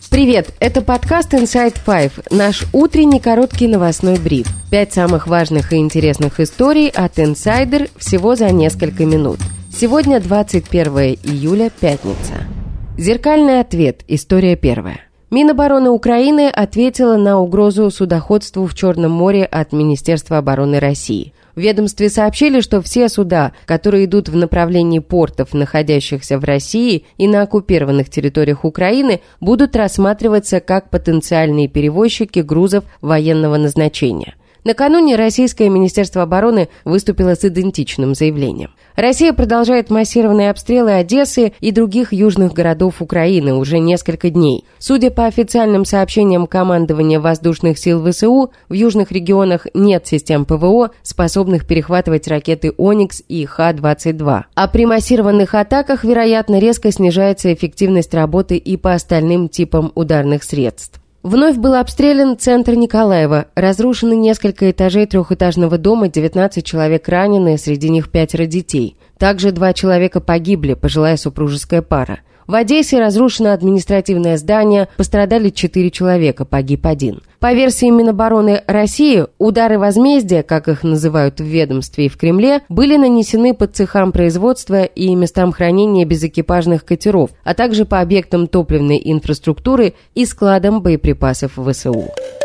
Привет, это подкаст Inside Five, наш утренний короткий новостной бриф. 5 самых важных и интересных историй от Insider всего за несколько минут. Сегодня 21 июля, пятница. Зеркальный ответ. История первая. Минобороны Украины ответила на угрозу судоходству в Черном море от Министерства обороны России. В ведомстве сообщили, что все суда, которые идут в направлении портов, находящихся в России и на оккупированных территориях Украины, будут рассматриваться как потенциальные перевозчики грузов военного назначения. Накануне российское Министерство обороны выступило с идентичным заявлением. Россия продолжает массированные обстрелы Одессы и других южных городов Украины уже несколько дней. Судя по официальным сообщениям командования воздушных сил ВСУ, в южных регионах нет систем ПВО, способных перехватывать ракеты «Оникс» и Х-22. А при массированных атаках, вероятно, резко снижается эффективность работы и по остальным типам ударных средств. Вновь был обстрелян центр Николаева. Разрушены несколько этажей трехэтажного дома, 19 человек ранены, среди них 5 детей. Также 2 человека погибли, пожилая супружеская пара. В Одессе разрушено административное здание, пострадали 4 человека, погиб 1. По версии Минобороны России, удары возмездия, как их называют в ведомстве и в Кремле, были нанесены по цехам производства и местам хранения безэкипажных катеров, а также по объектам топливной инфраструктуры и складам боеприпасов ВСУ.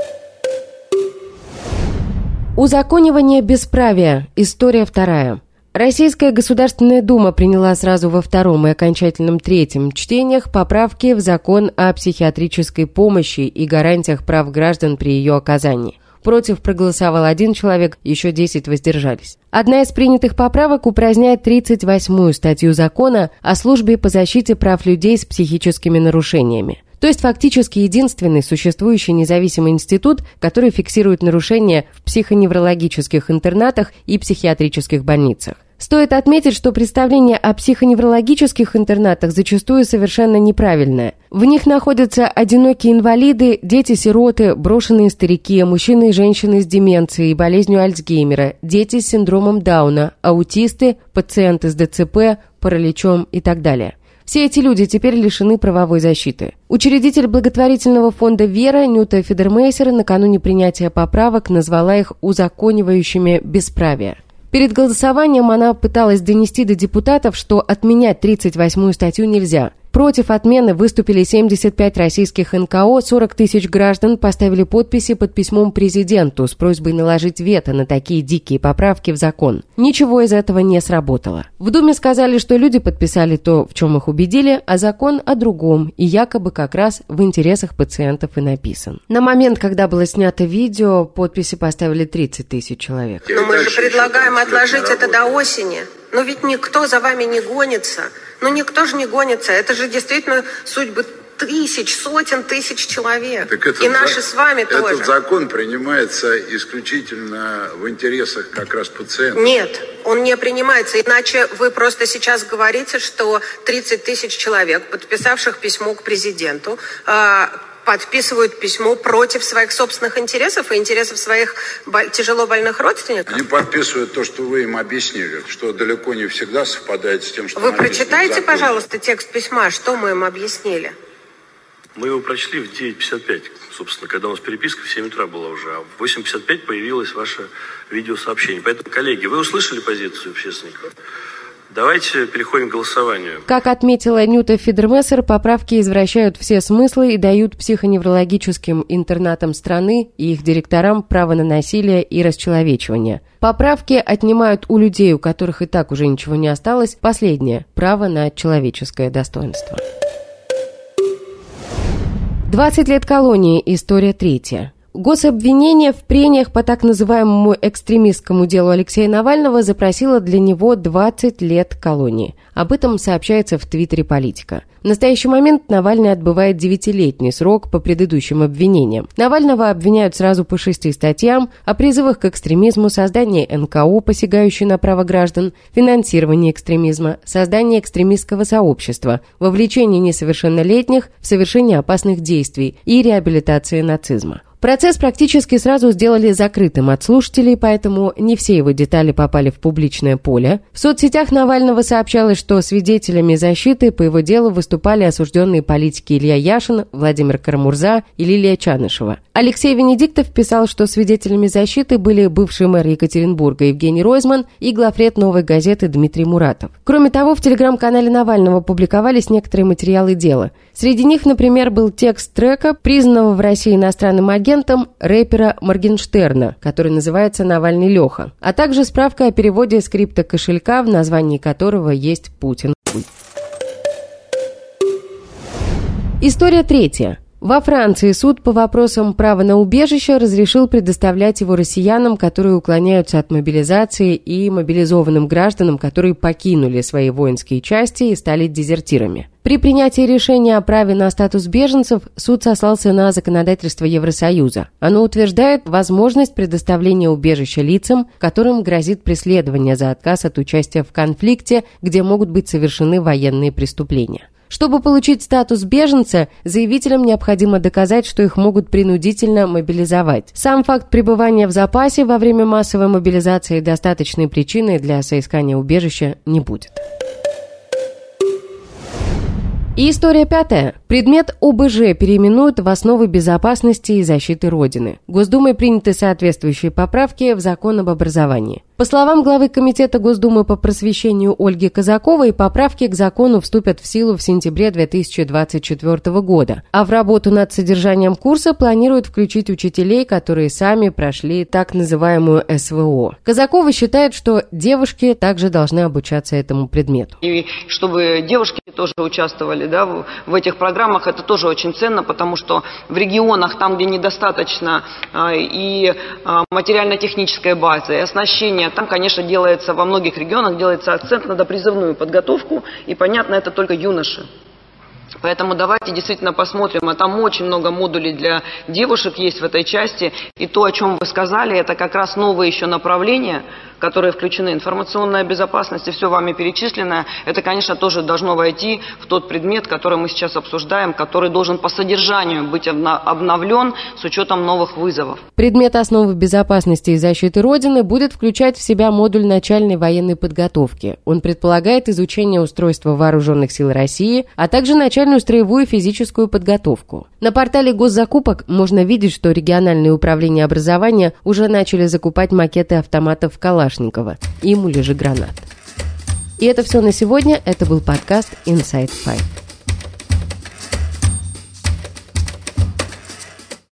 Узаконивание бесправия. История вторая. Российская Государственная Дума приняла сразу во втором и окончательном третьем чтениях поправки в закон о психиатрической помощи и гарантиях прав граждан при ее оказании. Против проголосовал 1 человек, еще 10 воздержались. Одна из принятых поправок упраздняет 38-ю статью закона о службе по защите прав людей с психическими нарушениями. То есть фактически единственный существующий независимый институт, который фиксирует нарушения в психоневрологических интернатах и психиатрических больницах. Стоит отметить, что представление о психоневрологических интернатах зачастую совершенно неправильное. В них находятся одинокие инвалиды, дети-сироты, брошенные старики, мужчины и женщины с деменцией и болезнью Альцгеймера, дети с синдромом Дауна, аутисты, пациенты с ДЦП, параличом и так далее. Все эти люди теперь лишены правовой защиты. Учредитель благотворительного фонда «Вера» Нюта Федермейсер накануне принятия поправок назвала их узаконивающими бесправие. Перед голосованием она пыталась донести до депутатов, что отменять 38-ю статью нельзя. Против отмены выступили 75 российских НКО, 40 тысяч граждан поставили подписи под письмом президенту с просьбой наложить вето на такие дикие поправки в закон. Ничего из этого не сработало. В Думе сказали, что люди подписали то, в чем их убедили, а закон о другом, и якобы как раз в интересах пациентов и написан. На момент, когда было снято видео, подписи поставили 30 тысяч человек. Но мы же предлагаем отложить это до осени. Но ведь никто за вами не гонится. Никто же не гонится. Это же действительно судьбы тысяч, сотен тысяч человек. И наши с вами тоже. Этот закон принимается исключительно в интересах как раз пациентов. Нет, он не принимается. Иначе вы просто сейчас говорите, что 30 тысяч человек, подписавших письмо к президенту, подписывают письмо против своих собственных интересов и интересов своих тяжело больных родственников. Они подписывают то, что вы им объяснили, что далеко не всегда совпадает с тем, что вы прочитайте, пожалуйста, текст письма, что мы им объяснили. Мы его прочли в 9:55, собственно, когда у нас переписка в 7 утра была уже, а в 8:55 появилось ваше видеосообщение. Поэтому, коллеги, вы услышали позицию общественников? Давайте переходим к голосованию. Как отметила Нюта Федермейсер, поправки извращают все смыслы и дают психоневрологическим интернатам страны и их директорам право на насилие и расчеловечивание. Поправки отнимают у людей, у которых и так уже ничего не осталось, последнее – право на человеческое достоинство. 20 лет колонии. История третья. Гособвинение в прениях по так называемому экстремистскому делу Алексея Навального запросило для него 20 лет колонии. Об этом сообщается в твиттере «Политика». В настоящий момент Навальный отбывает 9-летний срок по предыдущим обвинениям. Навального обвиняют сразу по 6 статьям: о призывах к экстремизму, создании НКО, посягающей на права граждан, финансировании экстремизма, создании экстремистского сообщества, вовлечении несовершеннолетних в совершение опасных действий и реабилитации нацизма. Процесс практически сразу сделали закрытым от слушателей, поэтому не все его детали попали в публичное поле. В соцсетях Навального сообщалось, что свидетелями защиты по его делу выступали осужденные политики Илья Яшин, Владимир Карамурза и Лилия Чанышева. Алексей Венедиктов писал, что свидетелями защиты были бывший мэр Екатеринбурга Евгений Ройзман и главред «Новой газеты» Дмитрий Муратов. Кроме того, в телеграм-канале Навального публиковались некоторые материалы дела. Среди них, например, был текст трека, признанного в России иностранным агентом рэпера Моргенштерна, который называется «Навальный Леха», а также справка о переводе с криптокошелька, в названии которого есть «Путин». История третья. Во Франции суд по вопросам права на убежище разрешил предоставлять его россиянам, которые уклоняются от мобилизации, и мобилизованным гражданам, которые покинули свои воинские части и стали дезертирами. При принятии решения о праве на статус беженцев суд сослался на законодательство Евросоюза. Оно утверждает возможность предоставления убежища лицам, которым грозит преследование за отказ от участия в конфликте, где могут быть совершены военные преступления. Чтобы получить статус беженца, заявителям необходимо доказать, что их могут принудительно мобилизовать. Сам факт пребывания в запасе во время массовой мобилизации достаточной причиной для соискания убежища не будет. И история пятая. Предмет ОБЖ переименуют в основы безопасности и защиты Родины. Госдумой приняты соответствующие поправки в закон об образовании. По словам главы Комитета Госдумы по просвещению Ольги Казаковой, поправки к закону вступят в силу в сентябре 2024 года. А в работу над содержанием курса планируют включить учителей, которые сами прошли так называемую СВО. Казакова считает, что девушки также должны обучаться этому предмету. И чтобы девушки тоже участвовали, в этих программах, это тоже очень ценно, потому что в регионах, там, где недостаточно и материально-технической базы, и оснащения, там, конечно, делается, во многих регионах делается акцент на допризывную подготовку, и, понятно, это только юноши. Поэтому давайте действительно посмотрим, а там очень много модулей для девушек есть в этой части, и то, о чем вы сказали, это как раз новые еще направления, которые включены, информационная безопасность и все вами перечисленное, это, конечно, тоже должно войти в тот предмет, который мы сейчас обсуждаем, который должен по содержанию быть обновлен с учетом новых вызовов. Предмет основы безопасности и защиты Родины будет включать в себя модуль начальной военной подготовки. Он предполагает изучение устройства вооруженных сил России, а также начальную строевую и физическую подготовку. На портале госзакупок можно видеть, что региональные управления образования уже начали закупать макеты автоматов Калашникова и муляжи гранат. И это все на сегодня. Это был подкаст Inside Five.